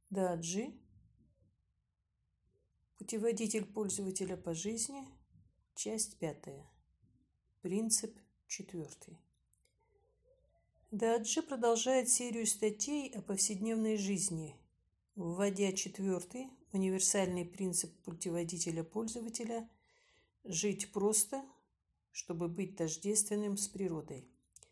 Даджи. Путеводитель пользователя по жизни. Часть 5. Принцип 4. Даджи продолжает серию статей о повседневной жизни, вводя 4. универсальный принцип путеводителя пользователя «Жить просто, чтобы быть тождественным с природой».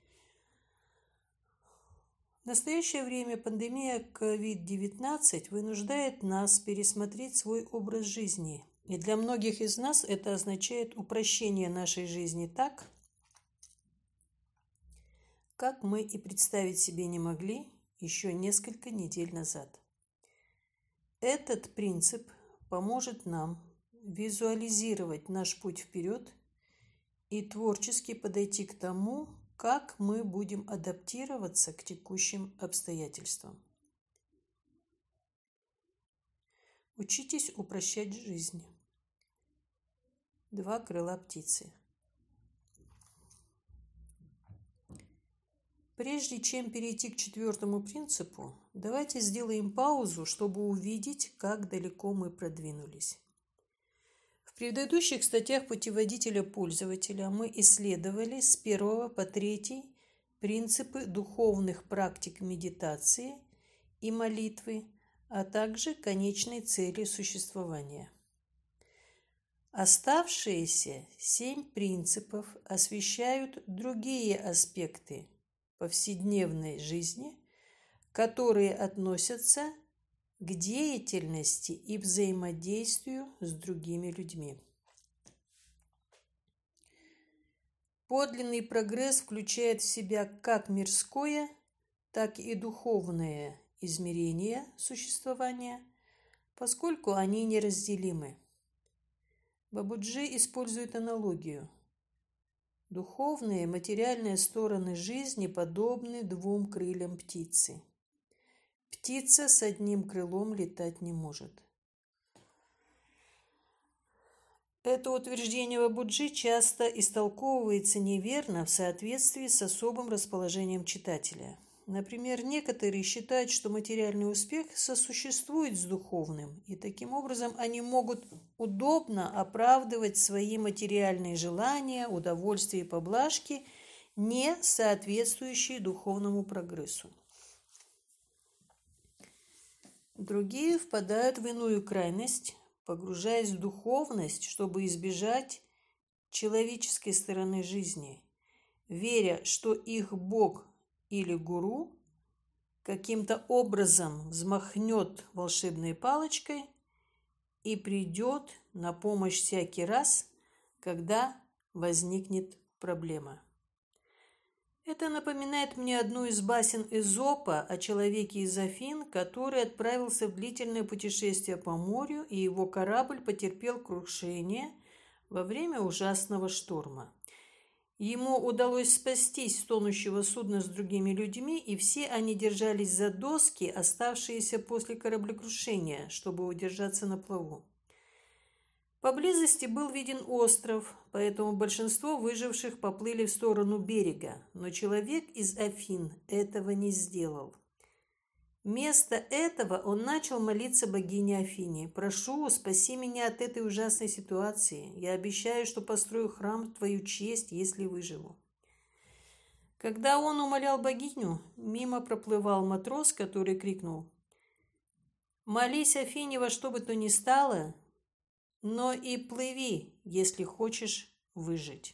В настоящее время пандемия COVID-19 вынуждает нас пересмотреть свой образ жизни. И для многих из нас это означает упрощение нашей жизни так, как мы и представить себе не могли еще несколько недель назад. Этот принцип поможет нам визуализировать наш путь вперед и творчески подойти к тому, как мы будем адаптироваться к текущим обстоятельствам. Учитесь упрощать жизнь. 2 крыла птицы. Прежде чем перейти к 4 принципу, давайте сделаем паузу, чтобы увидеть, как далеко мы продвинулись. В предыдущих статьях путеводителя пользователя мы исследовали с 1 по 3 принципы духовных практик медитации и молитвы, а также конечной цели существования. Оставшиеся 7 принципов освещают другие аспекты повседневной жизни, которые относятся к деятельности и взаимодействию с другими людьми. Подлинный прогресс включает в себя как мирское, так и духовное измерение существования, поскольку они неразделимы. Бабуджи использует аналогию. Духовные, материальные стороны жизни подобны 2 крыльям птицы. Птица с одним крылом летать не может. Это утверждение Бабуджи часто истолковывается неверно в соответствии с особым расположением читателя. Например, некоторые считают, что материальный успех сосуществует с духовным, и таким образом они могут удобно оправдывать свои материальные желания, удовольствия и поблажки, не соответствующие духовному прогрессу. Другие впадают в иную крайность, погружаясь в духовность, чтобы избежать человеческой стороны жизни, веря, что их Бог или гуру каким-то образом взмахнет волшебной палочкой и придет на помощь всякий раз, когда возникнет проблема. Это напоминает мне одну из басен Эзопа о человеке из Афин, который отправился в длительное путешествие по морю, и его корабль потерпел крушение во время ужасного шторма. Ему удалось спастись с тонущего судна с другими людьми, и все они держались за доски, оставшиеся после кораблекрушения, чтобы удержаться на плаву. Поблизости был виден остров, поэтому большинство выживших поплыли в сторону берега, но человек из Афин этого не сделал. Вместо этого он начал молиться богине Афине: «Прошу, спаси меня от этой ужасной ситуации. Я обещаю, что построю храм в твою честь, если выживу». Когда он умолял богиню, мимо проплывал матрос, который крикнул: «Молись Афине во что бы то ни стало, но и плыви, если хочешь выжить».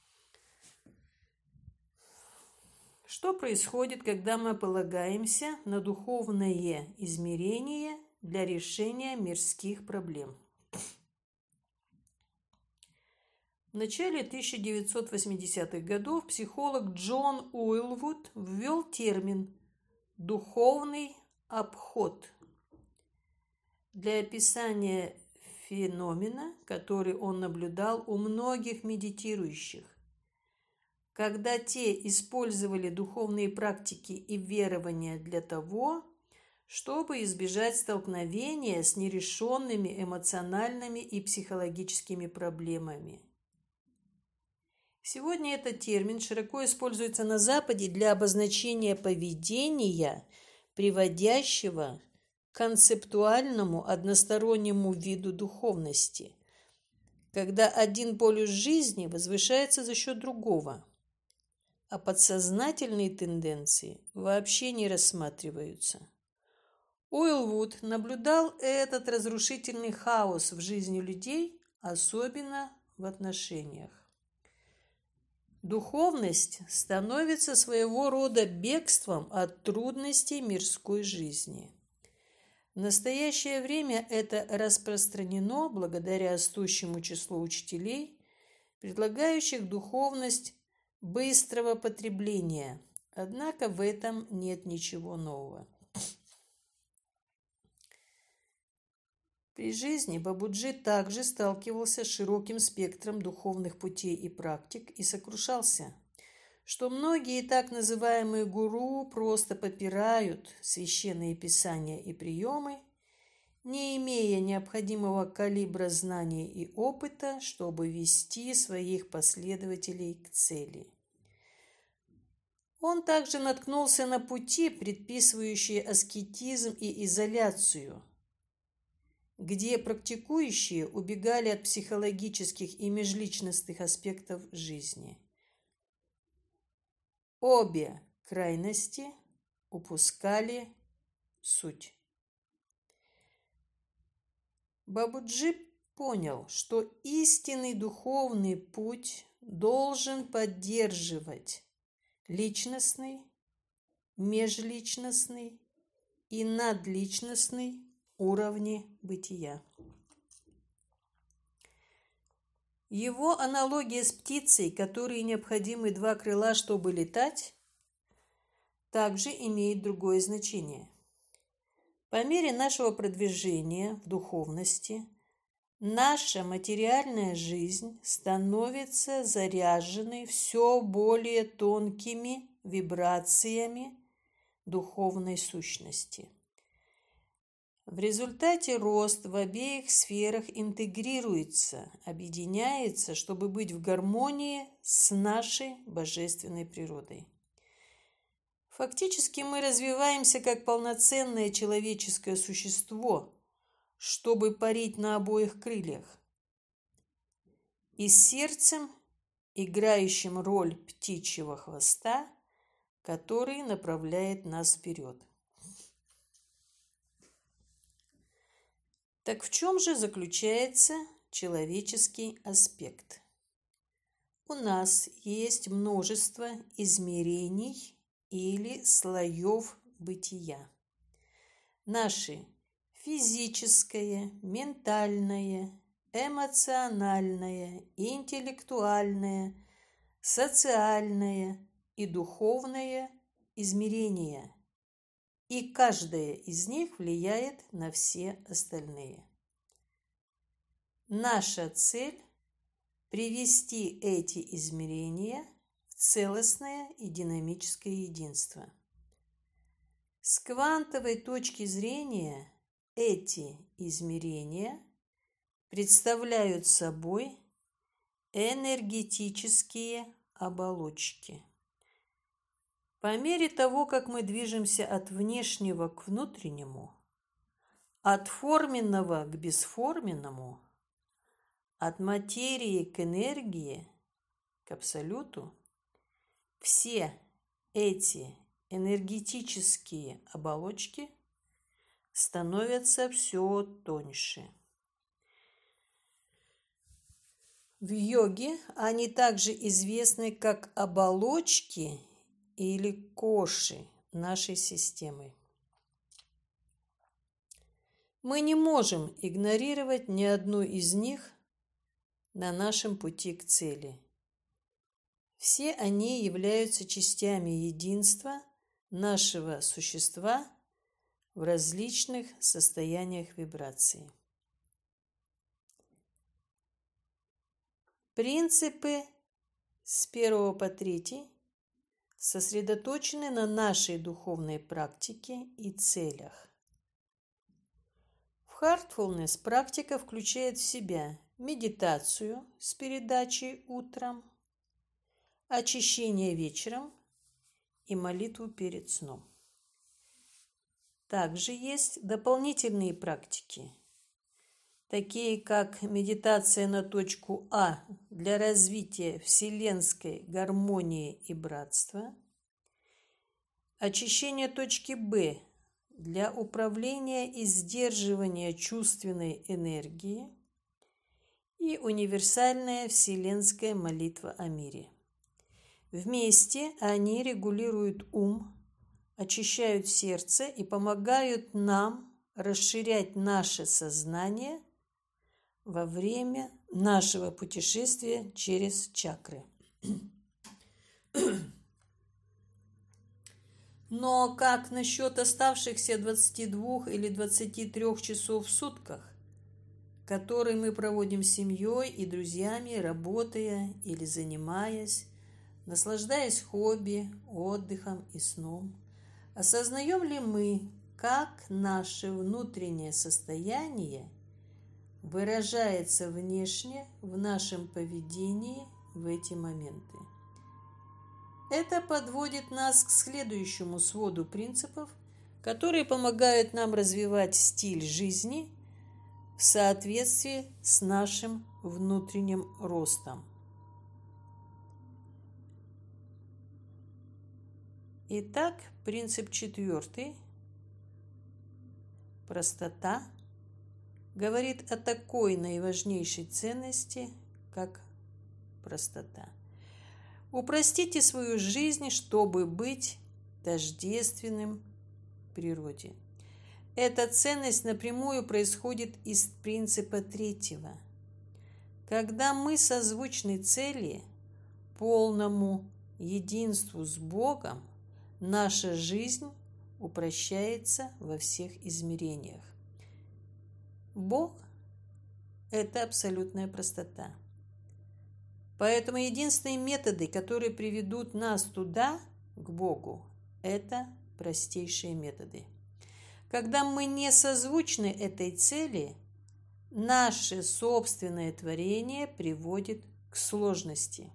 Что происходит, когда мы полагаемся на духовное измерение для решения мирских проблем? В начале 1980-х годов психолог Джон Уилвуд ввел термин «духовный обход» для описания феномена, который он наблюдал у многих медитирующих, когда те использовали духовные практики и верования для того, чтобы избежать столкновения с нерешенными эмоциональными и психологическими проблемами. Сегодня этот термин широко используется на Западе для обозначения поведения, приводящего концептуальному одностороннему виду духовности, когда один полюс жизни возвышается за счет другого, а подсознательные тенденции вообще не рассматриваются. Уиллвуд наблюдал этот разрушительный хаос в жизни людей, особенно в отношениях. Духовность становится своего рода бегством от трудностей мирской жизни. В настоящее время это распространено благодаря растущему числу учителей, предлагающих духовность быстрого потребления. Однако в этом нет ничего нового. При жизни Бабуджи также сталкивался с широким спектром духовных путей и практик и сокрушался, что многие так называемые гуру просто попирают священные писания и приемы, не имея необходимого калибра знаний и опыта, чтобы вести своих последователей к цели. Он также наткнулся на пути, предписывающие аскетизм и изоляцию, где практикующие убегали от психологических и межличностных аспектов жизни. Обе крайности упускали суть. Бабуджи понял, что истинный духовный путь должен поддерживать личностный, межличностный и надличностный уровни бытия. Его аналогия с птицей, которой необходимы два крыла, чтобы летать, также имеет другое значение. По мере нашего продвижения в духовности, наша материальная жизнь становится заряженной все более тонкими вибрациями духовной сущности. В результате рост в обеих сферах интегрируется, объединяется, чтобы быть в гармонии с нашей божественной природой. Фактически мы развиваемся как полноценное человеческое существо, чтобы парить на обоих крыльях. И с сердцем, играющим роль птичьего хвоста, который направляет нас вперед. Так в чем же заключается человеческий аспект? У нас есть множество измерений или слоев бытия. Наши физическое, ментальное, эмоциональное, интеллектуальное, социальное и духовное измерения. И каждое из них влияет на все остальные. Наша цель – привести эти измерения в целостное и динамическое единство. С квантовой точки зрения эти измерения представляют собой энергетические оболочки. По мере того, как мы движемся от внешнего к внутреннему, от форменного к бесформенному, от материи к энергии, к абсолюту, все эти энергетические оболочки становятся все тоньше. В йоге они также известны как оболочки или коши нашей системы. Мы не можем игнорировать ни одну из них на нашем пути к цели. Все они являются частями единства нашего существа в различных состояниях вибрации. Принципы с 1 по 3 сосредоточены на нашей духовной практике и целях. В Heartfulness практика включает в себя медитацию с передачей утром, очищение вечером и молитву перед сном. Также есть дополнительные практики, такие как медитация на точку А для развития вселенской гармонии и братства, очищение точки Б для управления и сдерживания чувственной энергии и универсальная вселенская молитва о мире. Вместе они регулируют ум, очищают сердце и помогают нам расширять наше сознание во время нашего путешествия через чакры. Но как насчет оставшихся 22 или 23 часов в сутках, которые мы проводим с семьей и друзьями, работая или занимаясь, наслаждаясь хобби, отдыхом и сном? Осознаем ли мы, как наше внутреннее состояние выражается внешне в нашем поведении в эти моменты? Это подводит нас к следующему своду принципов, которые помогают нам развивать стиль жизни в соответствии с нашим внутренним ростом. Итак, принцип 4, простота, говорит о такой наиважнейшей ценности, как простота. Упростите свою жизнь, чтобы быть тождественным природе. Эта ценность напрямую происходит из принципа 3. Когда мы созвучны цели, полному единству с Богом, наша жизнь упрощается во всех измерениях. Бог – это абсолютная простота. Поэтому единственные методы, которые приведут нас туда, к Богу, это простейшие методы. Когда мы не созвучны этой цели, наше собственное творение приводит к сложности.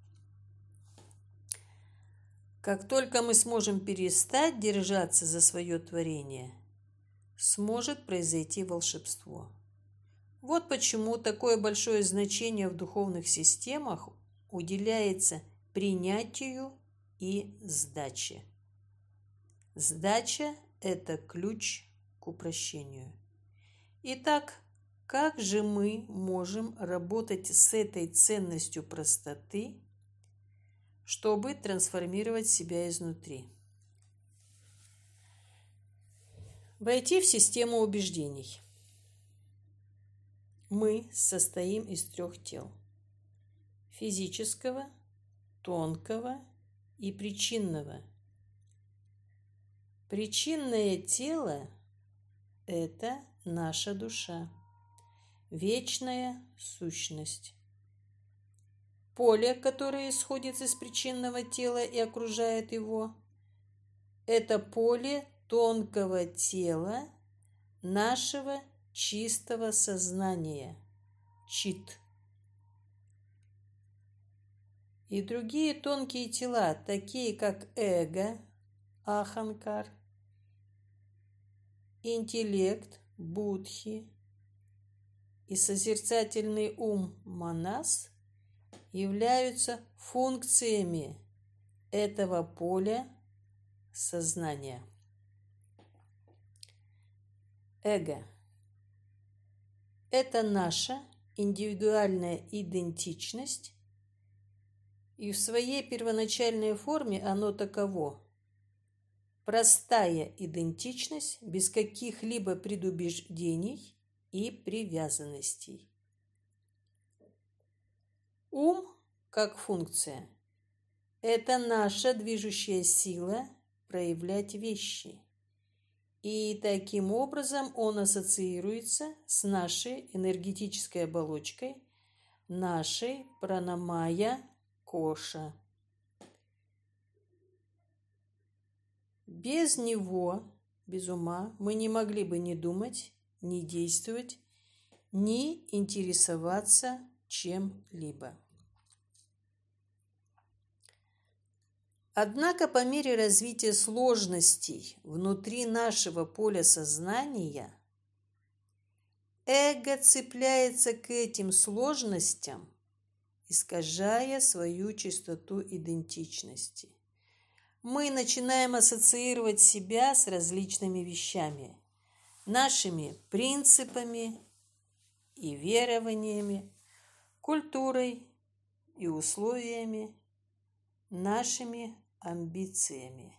Как только мы сможем перестать держаться за свое творение, сможет произойти волшебство. Вот почему такое большое значение в духовных системах уделяется принятию и сдаче. Сдача – это ключ к упрощению. Итак, как же мы можем работать с этой ценностью простоты, чтобы трансформировать себя изнутри? Войти в систему убеждений. Мы состоим из 3 тел – физического, тонкого и причинного. Причинное тело – это наша душа, вечная сущность. Поле, которое исходит из причинного тела и окружает его – это поле тонкого тела нашего чистого сознания, чит. И другие тонкие тела, такие как эго, аханкар, интеллект, будхи и созерцательный ум, манас, являются функциями этого поля сознания. Эго – это наша индивидуальная идентичность, и в своей первоначальной форме оно таково. Простая идентичность без каких-либо предубеждений и привязанностей. Ум, как функция, это наша движущая сила проявлять вещи. И таким образом он ассоциируется с нашей энергетической оболочкой, нашей пранамая коша. Без него, без ума, мы не могли бы ни думать, ни действовать, ни интересоваться чем-либо. Однако по мере развития сложностей внутри нашего поля сознания эго цепляется к этим сложностям, искажая свою чистоту идентичности. Мы начинаем ассоциировать себя с различными вещами, нашими принципами и верованиями, культурой и условиями, нашими амбициями.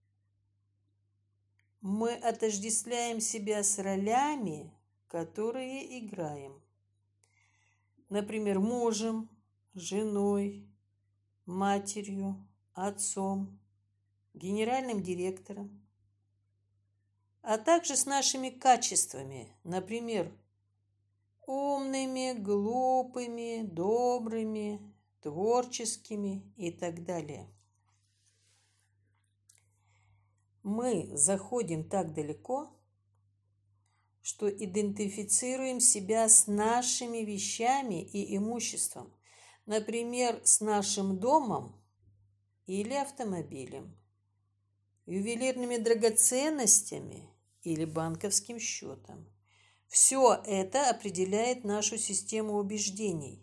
Мы отождествляем себя с ролями, которые играем. Например, мужем, женой, матерью, отцом, генеральным директором, а также с нашими качествами, например, умными, глупыми, добрыми, творческими и так далее. Мы заходим так далеко, что идентифицируем себя с нашими вещами и имуществом, например, с нашим домом или автомобилем, ювелирными драгоценностями или банковским счетом. Все это определяет нашу систему убеждений.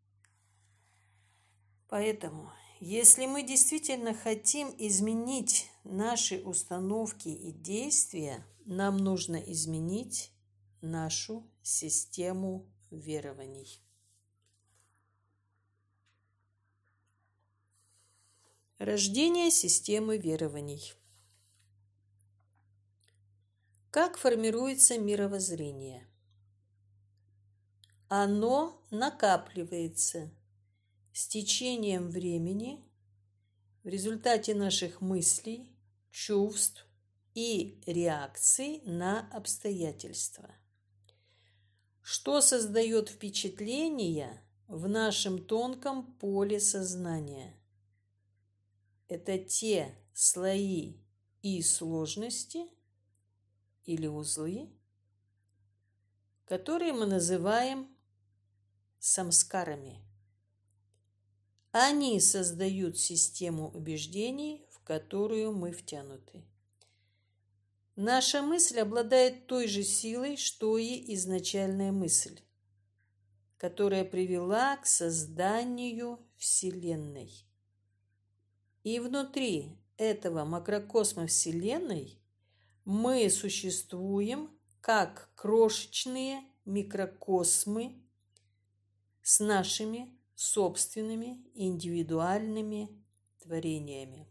Поэтому, если мы действительно хотим изменить наши установки и действия, нам нужно изменить нашу систему верований. Рождение системы верований. Как формируется мировоззрение? Оно накапливается с течением времени в результате наших мыслей, чувств и реакций на обстоятельства, что создает впечатление в нашем тонком поле сознания. Это те слои и сложности или узлы, которые мы называем самскарами. Они создают систему убеждений, в которую мы втянуты. Наша мысль обладает той же силой, что и изначальная мысль, которая привела к созданию Вселенной. И внутри этого макрокосма Вселенной мы существуем как крошечные микрокосмы с нашими собственными индивидуальными творениями.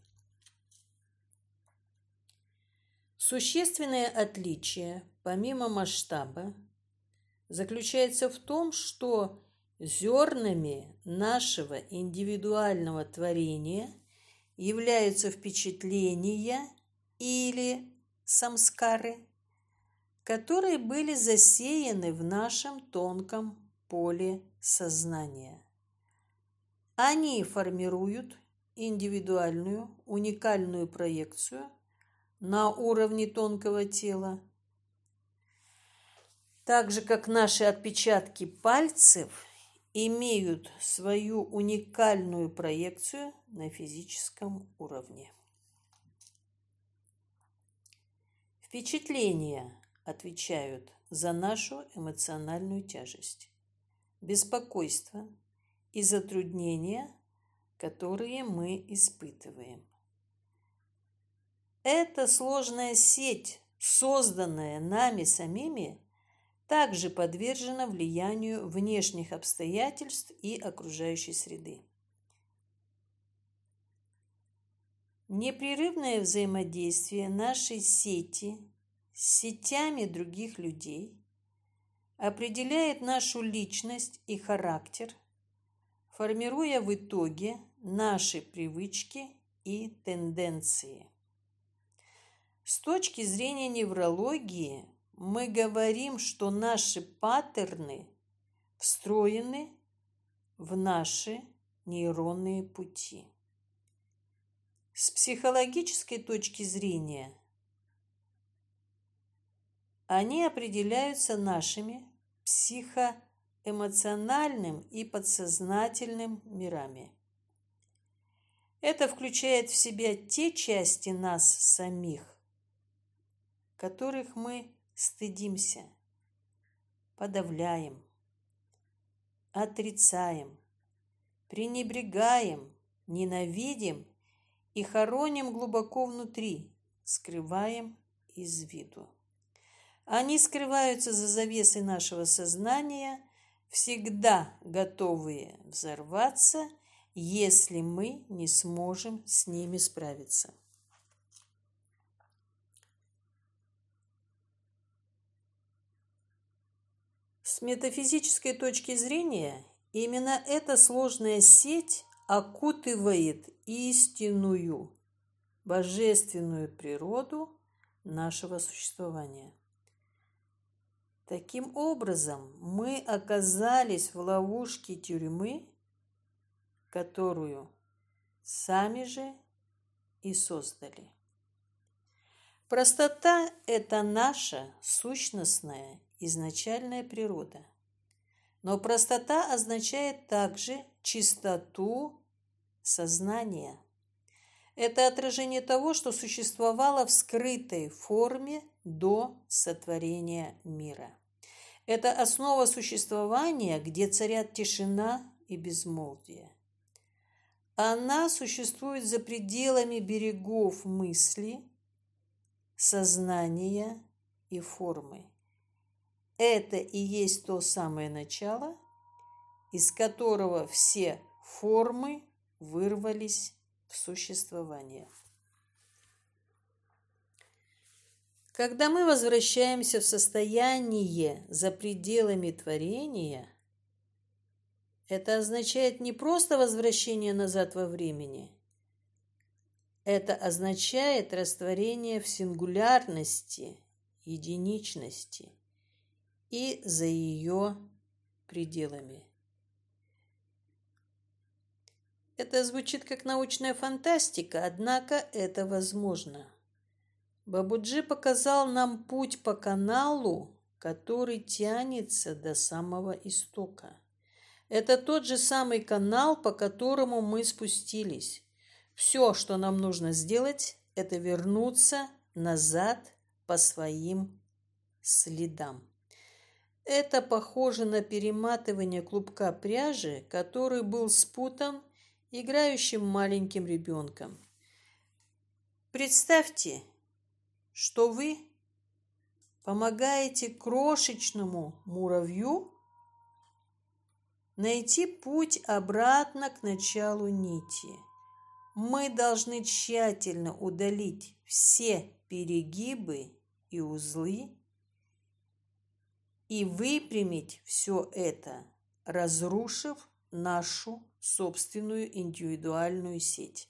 Существенное отличие, помимо масштаба, заключается в том, что зернами нашего индивидуального творения являются впечатления или самскары, которые были засеяны в нашем тонком поле сознания. Они формируют индивидуальную, уникальную проекцию на уровне тонкого тела, так же, как наши отпечатки пальцев имеют свою уникальную проекцию на физическом уровне. Впечатления отвечают за нашу эмоциональную тяжесть, беспокойство и затруднения, которые мы испытываем. Эта сложная сеть, созданная нами самими, также подвержена влиянию внешних обстоятельств и окружающей среды. Непрерывное взаимодействие нашей сети с сетями других людей определяет нашу личность и характер, формируя в итоге наши привычки и тенденции. С точки зрения неврологии мы говорим, что наши паттерны встроены в наши нейронные пути. С психологической точки зрения они определяются нашими психоэмоциональным и подсознательным мирами. Это включает в себя те части нас самих, которых мы стыдимся, подавляем, отрицаем, пренебрегаем, ненавидим и хороним глубоко внутри, скрываем из виду. Они скрываются за завесой нашего сознания, всегда готовые взорваться, если мы не сможем с ними справиться. С метафизической точки зрения, именно эта сложная сеть окутывает истинную, божественную природу нашего существования. Таким образом, мы оказались в ловушке тюрьмы, которую сами же и создали. Простота – это наша сущностная изначальная природа. Но простота означает также чистоту сознания. Это отражение того, что существовало в скрытой форме до сотворения мира. Это основа существования, где царят тишина и безмолвие. Она существует за пределами берегов мысли, сознания и формы. Это и есть то самое начало, из которого все формы вырвались в существование. Когда мы возвращаемся в состояние за пределами творения, это означает не просто возвращение назад во времени, это означает растворение в сингулярности, единичности и за ее пределами. Это звучит как научная фантастика, однако это возможно. Бабуджи показал нам путь по каналу, который тянется до самого истока. Это тот же самый канал, по которому мы спустились. Все, что нам нужно сделать, это вернуться назад по своим следам. Это похоже на перематывание клубка пряжи, который был спутан играющим маленьким ребенком. Представьте, что вы помогаете крошечному муравью найти путь обратно к началу нити. Мы должны тщательно удалить все перегибы и узлы и выпрямить все это, разрушив нашу собственную индивидуальную сеть.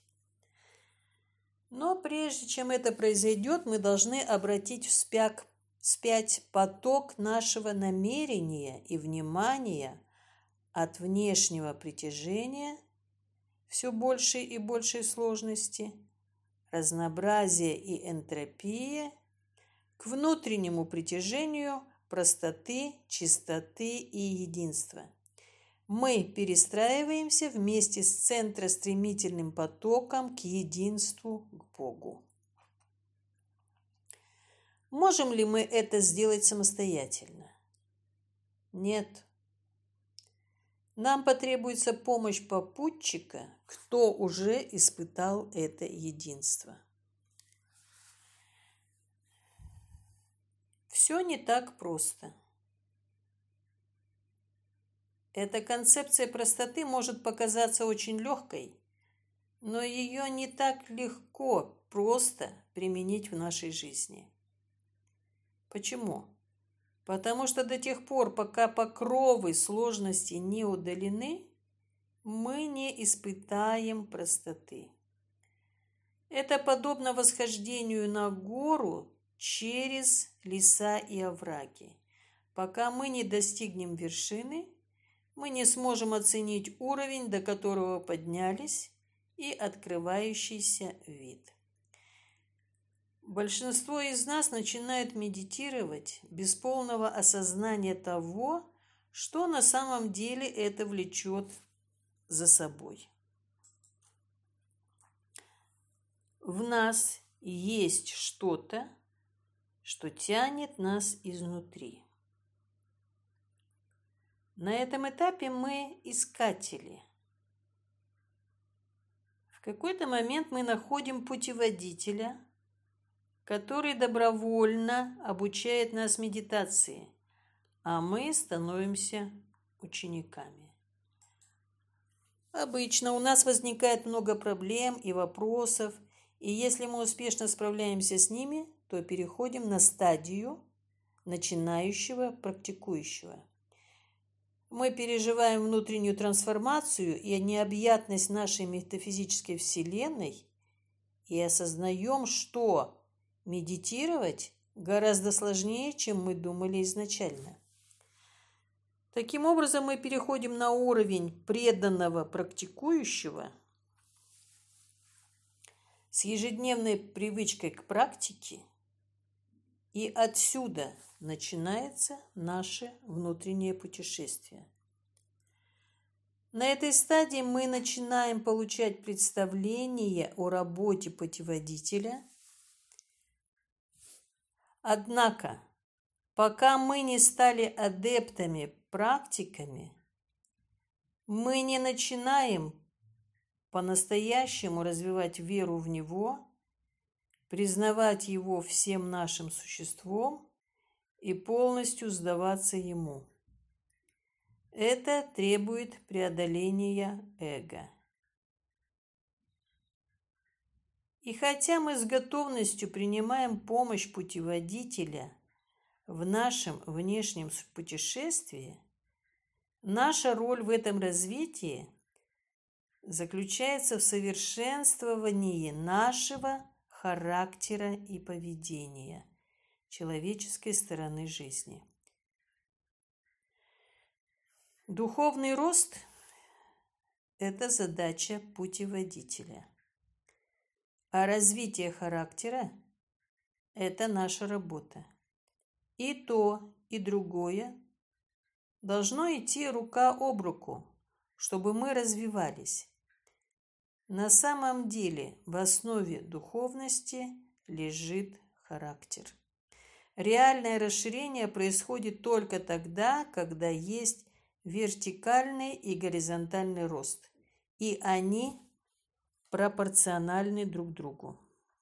Но прежде чем это произойдет, мы должны обратить вспять поток нашего намерения и внимания от внешнего притяжения все большей и большей сложности, разнообразия и энтропии к внутреннему притяжению простоты, чистоты и единства. Мы перестраиваемся вместе с центростремительным потоком к единству, к Богу. Можем ли мы это сделать самостоятельно? Нет. Нам потребуется помощь попутчика, кто уже испытал это единство. Все не так просто. Эта концепция простоты может показаться очень легкой, но ее не так легко просто применить в нашей жизни. Почему? Потому что до тех пор, пока покровы сложности не удалены, мы не испытаем простоты. Это подобно восхождению на гору через леса и овраги. Пока мы не достигнем вершины, мы не сможем оценить уровень, до которого поднялись, и открывающийся вид. Большинство из нас начинает медитировать без полного осознания того, что на самом деле это влечет за собой. В нас есть что-то, что тянет нас изнутри. На этом этапе мы искатели. В какой-то момент мы находим путеводителя, который добровольно обучает нас медитации, а мы становимся учениками. Обычно у нас возникает много проблем и вопросов, и если мы успешно справляемся с ними, то переходим на стадию начинающего практикующего. Мы переживаем внутреннюю трансформацию и необъятность нашей метафизической вселенной и осознаем, что медитировать гораздо сложнее, чем мы думали изначально. Таким образом, мы переходим на уровень преданного практикующего с ежедневной привычкой к практике, и отсюда начинается наше внутреннее путешествие. На этой стадии мы начинаем получать представление о работе путеводителя. Однако, пока мы не стали адептами, практиками, мы не начинаем по-настоящему развивать веру в Него, признавать Его всем нашим существом и полностью сдаваться Ему. Это требует преодоления эго. И хотя мы с готовностью принимаем помощь путеводителя в нашем внешнем путешествии, наша роль в этом развитии заключается в совершенствовании нашего характера и поведения, человеческой стороны жизни. Духовный рост – это задача путеводителя, а развитие характера – это наша работа. И то, и другое должно идти рука об руку, чтобы мы развивались. На самом деле в основе духовности лежит характер. Реальное расширение происходит только тогда, когда есть вертикальный и горизонтальный рост, и они пропорциональны друг другу.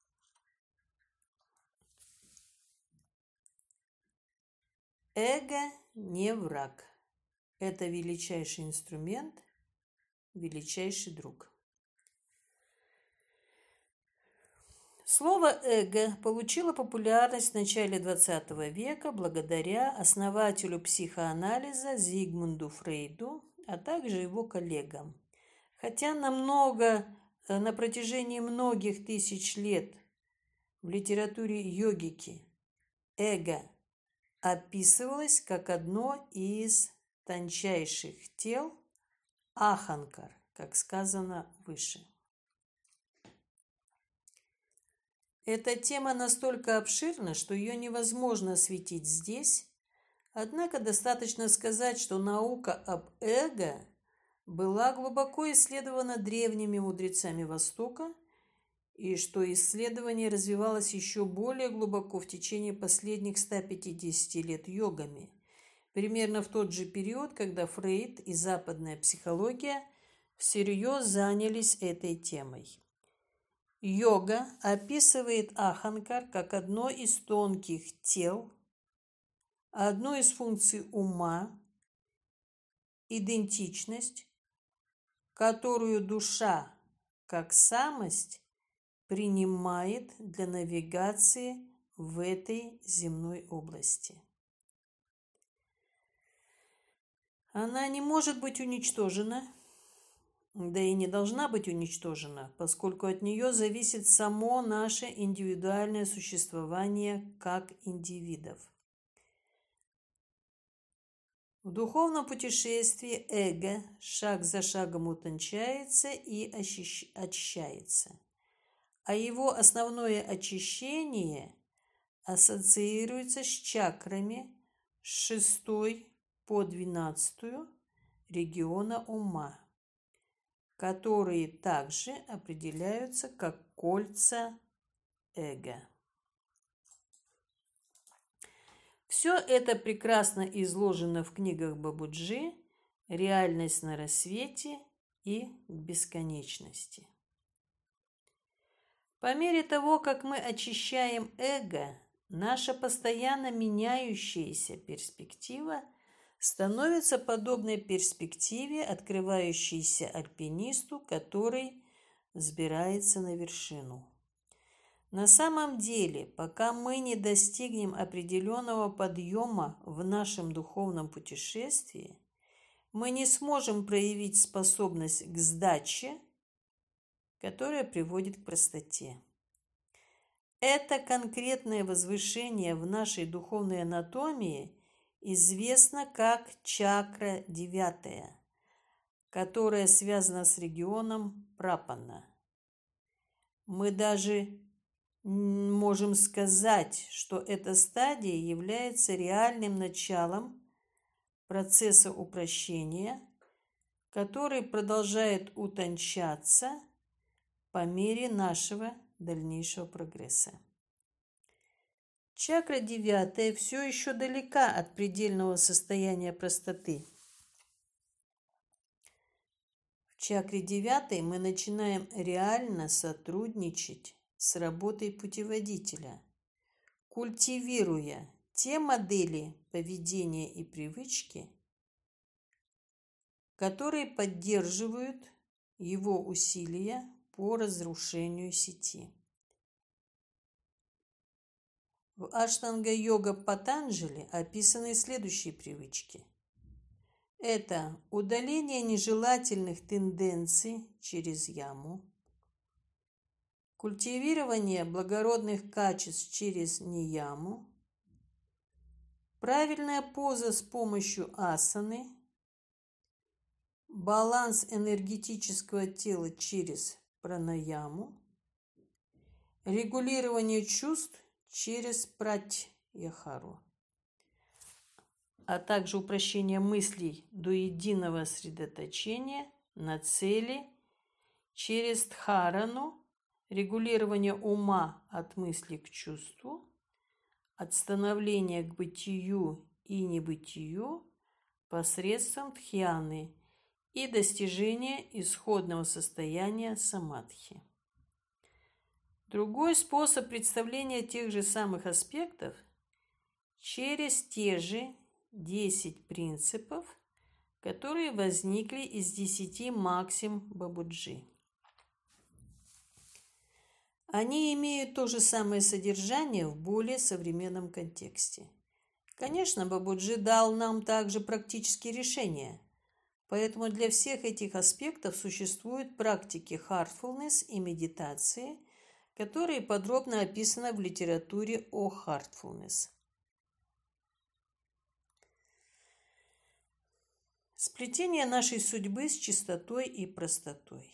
Эго не враг. Это величайший инструмент, величайший друг. Слово «эго» получило популярность в начале XX века благодаря основателю психоанализа Зигмунду Фрейду, а также его коллегам. Хотя на протяжении многих тысяч лет в литературе йогики эго описывалось как одно из тончайших тел аханкар, как сказано выше. Эта тема настолько обширна, что ее невозможно осветить здесь, однако достаточно сказать, что наука об эго была глубоко исследована древними мудрецами Востока, и что исследование развивалось еще более глубоко в течение последних 150 лет йогами, примерно в тот же период, когда Фрейд и западная психология всерьез занялись этой темой. Йога описывает аханкар как одно из тонких тел, одну из функций ума, идентичность, которую душа, как самость, принимает для навигации в этой земной области. Она не может быть уничтожена, да и не должна быть уничтожена, поскольку от нее зависит само наше индивидуальное существование как индивидов. В духовном путешествии эго шаг за шагом утончается и очищается, а его основное очищение ассоциируется с чакрами с 6 по 12 региона ума. которые также определяются как кольца эго. Все это прекрасно изложено в книгах Бабуджи «Реальность на рассвете» и «К бесконечности». По мере того, как мы очищаем эго, наша постоянно меняющаяся перспектива становится подобной перспективе, открывающейся альпинисту, который взбирается на вершину. На самом деле, пока мы не достигнем определенного подъема в нашем духовном путешествии, мы не сможем проявить способность к сдаче, которая приводит к простоте. Это конкретное возвышение в нашей духовной анатомии известно как чакра 9, которая связана с регионом Прапанна. Мы даже можем сказать, что эта стадия является реальным началом процесса упрощения, который продолжает утончаться по мере нашего дальнейшего прогресса. Чакра 9 все еще далека от предельного состояния простоты. В чакре 9 мы начинаем реально сотрудничать с работой путеводителя, культивируя те модели поведения и привычки, которые поддерживают его усилия по разрушению сети. В Аштанга-йога Патанджали описаны следующие привычки. Это удаление нежелательных тенденций через яму, культивирование благородных качеств через нияму, правильная поза с помощью асаны, баланс энергетического тела через пранаяму, регулирование чувств через пратьяхару, а также упрощение мыслей до единого сосредоточения на цели через дхарану, регулирование ума от мысли к чувству, от становления к бытию и небытию посредством дхьяны и достижение исходного состояния самадхи. Другой способ представления тех же самых аспектов через те же 10 принципов, которые возникли из 10 максим Бабуджи. Они имеют то же самое содержание в более современном контексте. Конечно, Бабуджи дал нам также практические решения, поэтому для всех этих аспектов существуют практики heartfulness и медитации, которые подробно описаны в литературе о heartfulness. Сплетение нашей судьбы с чистотой и простотой.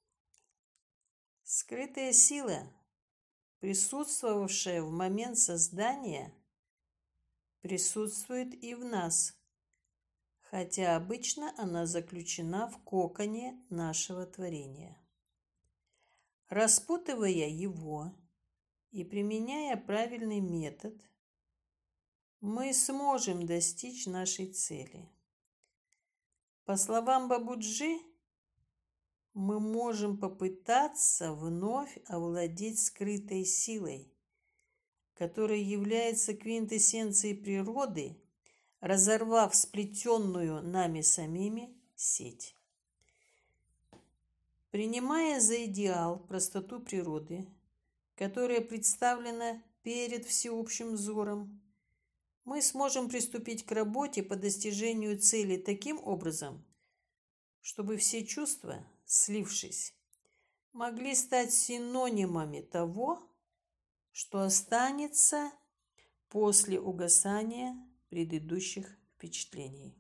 Скрытая сила, присутствовавшая в момент создания, присутствует и в нас, хотя обычно она заключена в коконе нашего творения. Распутывая его и применяя правильный метод, мы сможем достичь нашей цели. По словам Бабуджи, мы можем попытаться вновь овладеть скрытой силой, которая является квинтэссенцией природы, разорвав сплетенную нами самими сеть. Принимая за идеал простоту природы, которая представлена перед всеобщим взором, мы сможем приступить к работе по достижению цели таким образом, чтобы все чувства, слившись, могли стать синонимами того, что останется после угасания предыдущих впечатлений.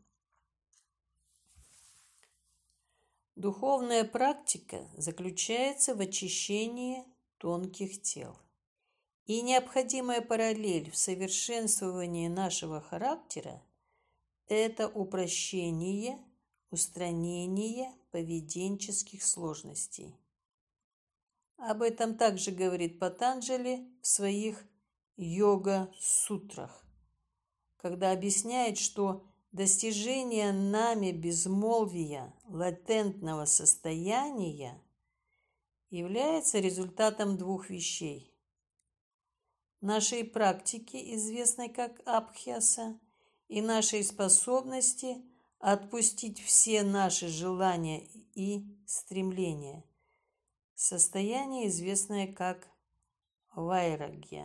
Духовная практика заключается в очищении тонких тел. И необходимая параллель в совершенствовании нашего характера – это упрощение, устранение поведенческих сложностей. Об этом также говорит Патанджали в своих йога-сутрах, когда объясняет, что достижение нами безмолвия, латентного состояния, является результатом двух вещей: нашей практики, известной как абхьяса, и нашей способности отпустить все наши желания и стремления, состояние, известное как вайрагья.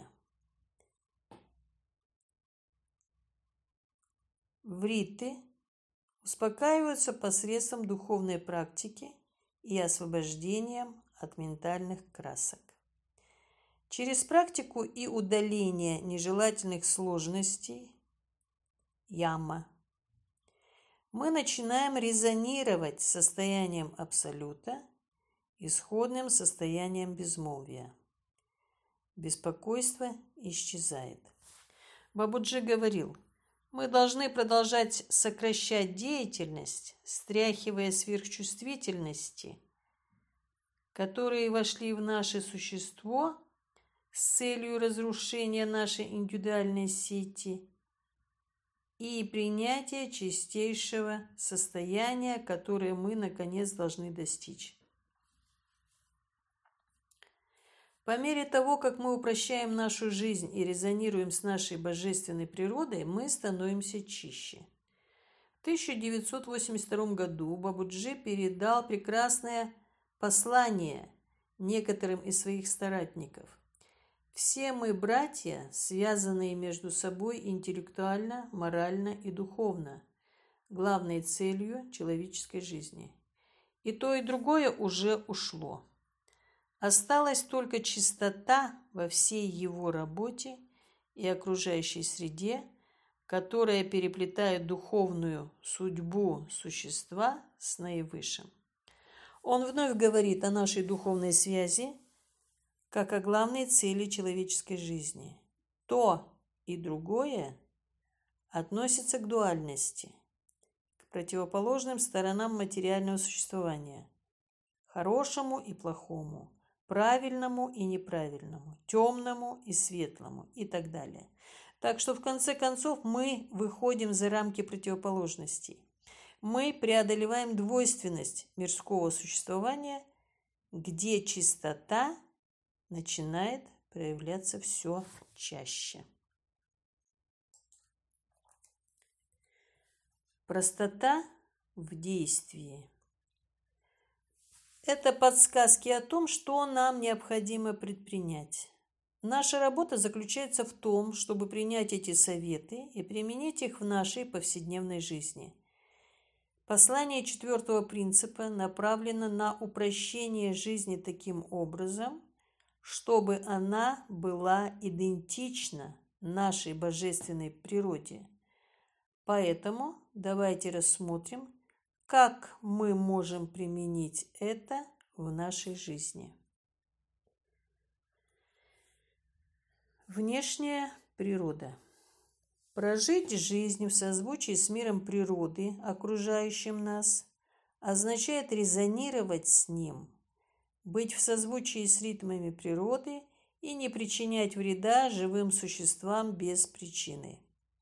Вритты успокаиваются посредством духовной практики и освобождением от ментальных красок. Через практику и удаление нежелательных сложностей яма мы начинаем резонировать с состоянием абсолюта, исходным состоянием безмолвия. Беспокойство исчезает. Бабуджи говорил: мы должны продолжать сокращать деятельность, стряхивая сверхчувствительности, которые вошли в наше существо с целью разрушения нашей индивидуальной сети и принятия чистейшего состояния, которое мы, наконец, должны достичь. По мере того, как мы упрощаем нашу жизнь и резонируем с нашей божественной природой, мы становимся чище. В 1982 году Бабуджи передал прекрасное послание некоторым из своих соратников. Все мы братья, связанные между собой интеллектуально, морально и духовно, главной целью человеческой жизни. И то, и другое уже ушло. Осталась только чистота во всей его работе и окружающей среде, которая переплетает духовную судьбу существа с наивысшим. Он вновь говорит о нашей духовной связи как о главной цели человеческой жизни. То и другое относится к дуальности, к противоположным сторонам материального существования, хорошему и плохому, правильному и неправильному, темному и светлому и так далее. Так что в конце концов мы выходим за рамки противоположностей. Мы преодолеваем двойственность мирского существования, где чистота начинает проявляться все чаще. Простота в действии. Это подсказки о том, что нам необходимо предпринять. Наша работа заключается в том, чтобы принять эти советы и применить их в нашей повседневной жизни. Послание 4-го принципа направлено на упрощение жизни таким образом, чтобы она была идентична нашей божественной природе. Поэтому давайте рассмотрим, как мы можем применить это в нашей жизни. Внешняя природа. Прожить жизнь в созвучии с миром природы, окружающим нас, означает резонировать с ним, быть в созвучии с ритмами природы и не причинять вреда живым существам без причины.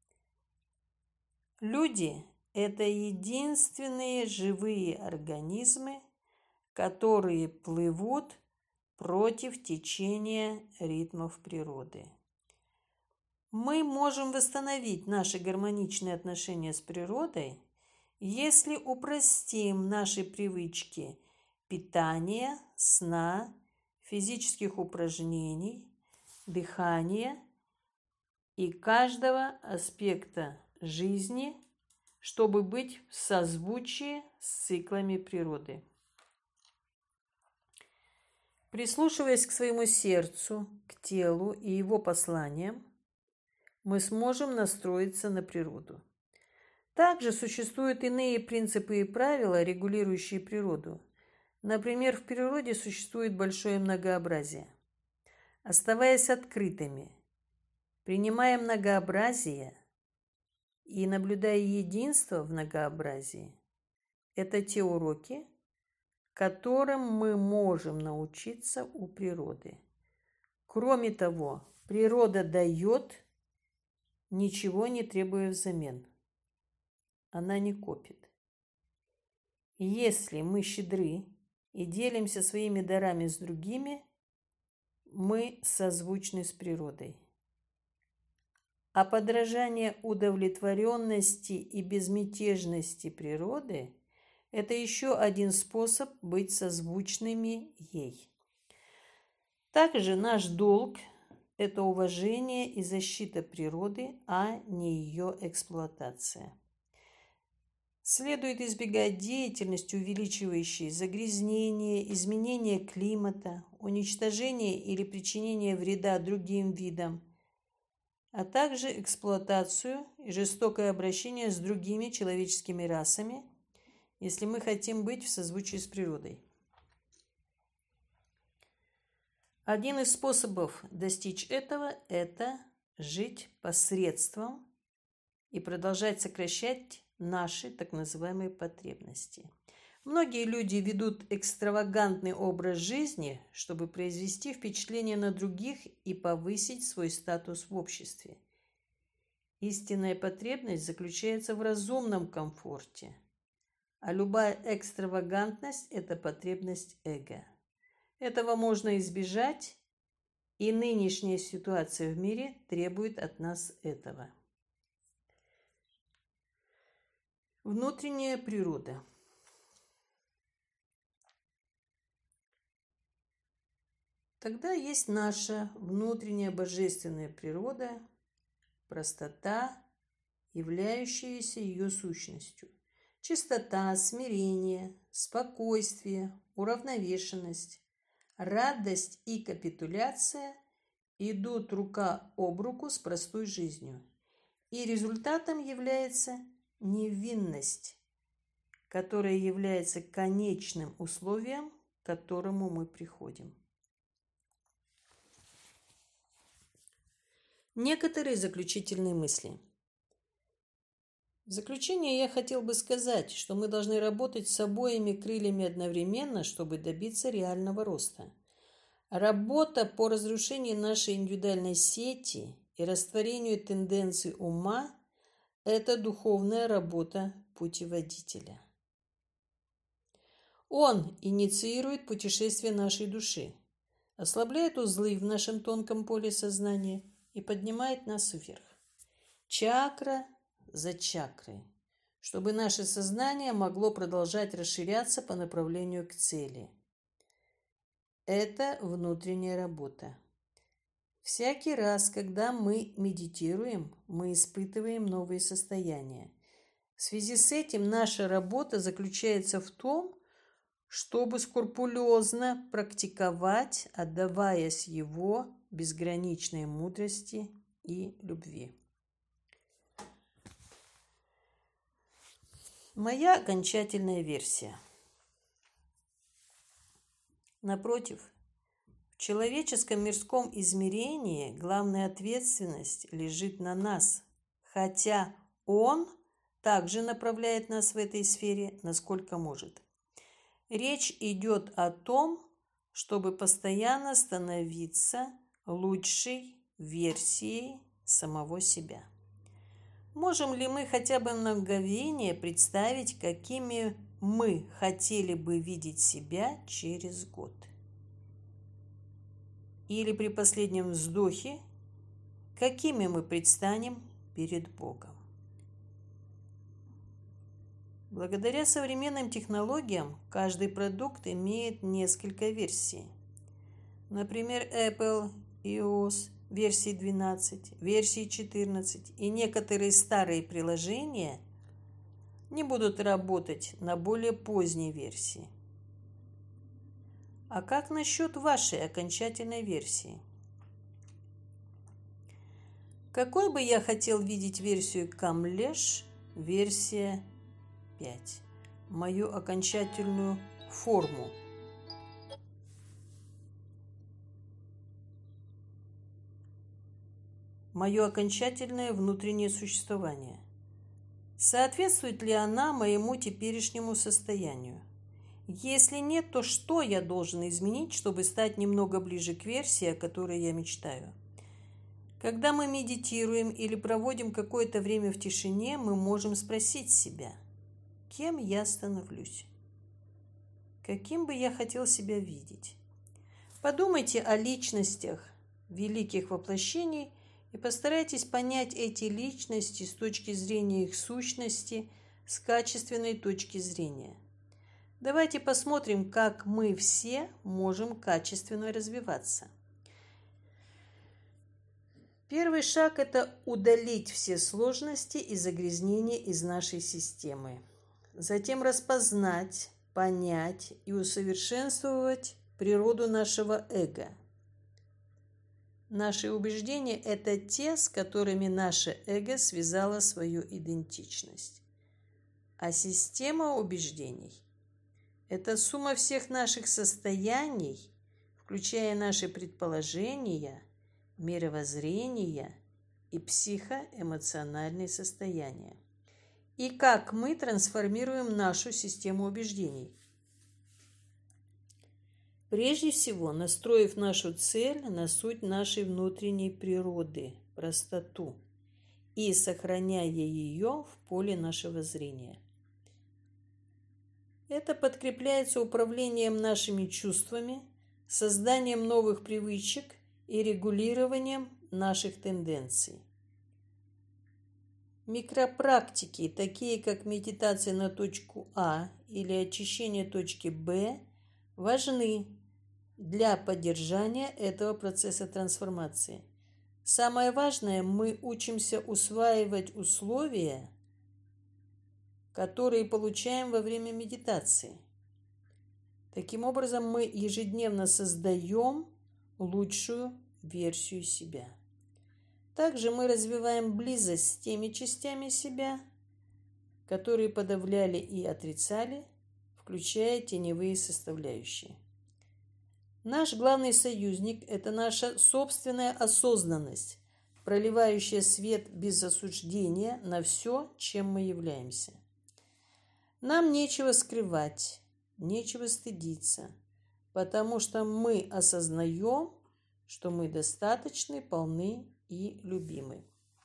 Люди – это единственные живые организмы, которые плывут против течения ритмов природы. Мы можем восстановить наши гармоничные отношения с природой, если упростим наши привычки питания, сна, физических упражнений, дыхания и каждого аспекта жизни, чтобы быть в созвучии с циклами природы. Прислушиваясь к своему сердцу, к телу и его посланиям, мы сможем настроиться на природу. Также существуют иные принципы и правила, регулирующие природу. Например, в природе существует большое многообразие. Оставаясь открытыми, принимая многообразие и наблюдая единство в многообразии, это те уроки, которым мы можем научиться у природы. Кроме того, природа дает, ничего не требуя взамен. Она не копит. Если мы щедры и делимся своими дарами с другими, мы созвучны с природой. А подражание удовлетворенности и безмятежности природы – это еще один способ быть созвучными ей. Также наш долг – это уважение и защита природы, а не ее эксплуатация. Следует избегать деятельности, увеличивающей загрязнение, изменение климата, уничтожение или причинение вреда другим видам, а также эксплуатацию и жестокое обращение с другими человеческими расами, если мы хотим быть в созвучии с природой. Один из способов достичь этого – это жить посредством и продолжать сокращать наши так называемые потребности. Многие люди ведут экстравагантный образ жизни, чтобы произвести впечатление на других и повысить свой статус в обществе. Истинная потребность заключается в разумном комфорте, а любая экстравагантность – это потребность эго. Этого можно избежать, и нынешняя ситуация в мире требует от нас этого. Внутренняя природа. Тогда есть наша внутренняя божественная природа, простота, являющаяся ее сущностью. Чистота, смирение, спокойствие, уравновешенность, радость и капитуляция идут рука об руку с простой жизнью. И результатом является невинность, которая является конечным условием, к которому мы приходим. Некоторые заключительные мысли. В заключение я хотел бы сказать, что мы должны работать с обоими крыльями одновременно, чтобы добиться реального роста. Работа по разрушению нашей индивидуальной сети и растворению тенденций ума – это духовная работа путеводителя. Он инициирует путешествие нашей души, ослабляет узлы в нашем тонком поле сознания и поднимает нас вверх, чакра за чакрой, чтобы наше сознание могло продолжать расширяться по направлению к цели. Это внутренняя работа. Всякий раз, когда мы медитируем, мы испытываем новые состояния. В связи с этим наша работа заключается в том, чтобы скрупулезно практиковать, отдаваясь его безграничной мудрости и любви. Моя окончательная версия. Напротив, в человеческом мирском измерении главная ответственность лежит на нас, хотя Он также направляет нас в этой сфере, насколько может. Речь идет о том, чтобы постоянно становиться лучшей версией самого себя. Можем ли мы хотя бы на мгновение представить, какими мы хотели бы видеть себя через год? Или при последнем вздохе, какими мы предстанем перед Богом? Благодаря современным технологиям каждый продукт имеет несколько версий. Например, Apple iOS версии 12, версии 14 и некоторые старые приложения не будут работать на более поздней версии. А как насчет вашей окончательной версии? Какой бы я хотел видеть версию Камлеш, версия 5, мою окончательную форму? Мое окончательное внутреннее существование. Соответствует ли она моему теперешнему состоянию? Если нет, то что я должен изменить, чтобы стать немного ближе к версии, о которой я мечтаю? Когда мы медитируем или проводим какое-то время в тишине, мы можем спросить себя, кем я становлюсь? Каким бы я хотел себя видеть? Подумайте о личностях великих воплощений и постарайтесь понять эти личности с точки зрения их сущности, с качественной точки зрения. Давайте посмотрим, как мы все можем качественно развиваться. Первый шаг – это удалить все сложности и загрязнения из нашей системы. Затем распознать, понять и усовершенствовать природу нашего эго. Наши убеждения – это те, с которыми наше эго связало свою идентичность. А система убеждений – это сумма всех наших состояний, включая наши предположения, мировоззрения и психоэмоциональные состояния. И как мы трансформируем нашу систему убеждений. Прежде всего, настроив нашу цель на суть нашей внутренней природы, простоту, и сохраняя ее в поле нашего зрения. Это подкрепляется управлением нашими чувствами, созданием новых привычек и регулированием наших тенденций. Микропрактики, такие как медитация на точку А или очищение точки Б, важны для поддержания этого процесса трансформации. Самое важное, мы учимся усваивать условия, которые получаем во время медитации. Таким образом, мы ежедневно создаем лучшую версию себя. Также мы развиваем близость с теми частями себя, которые подавляли и отрицали, включая теневые составляющие. Наш главный союзник – это наша собственная осознанность, проливающая свет без осуждения на все, чем мы являемся. Нам нечего скрывать, нечего стыдиться, потому что мы осознаем, что мы достаточны, полны и любимы.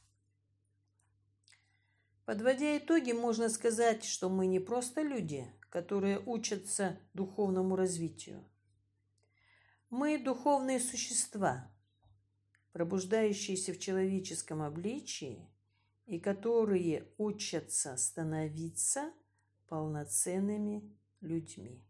Подводя итоги, можно сказать, что мы не просто люди, которые учатся духовному развитию. Мы духовные существа, пробуждающиеся в человеческом обличии и которые учатся становиться полноценными людьми.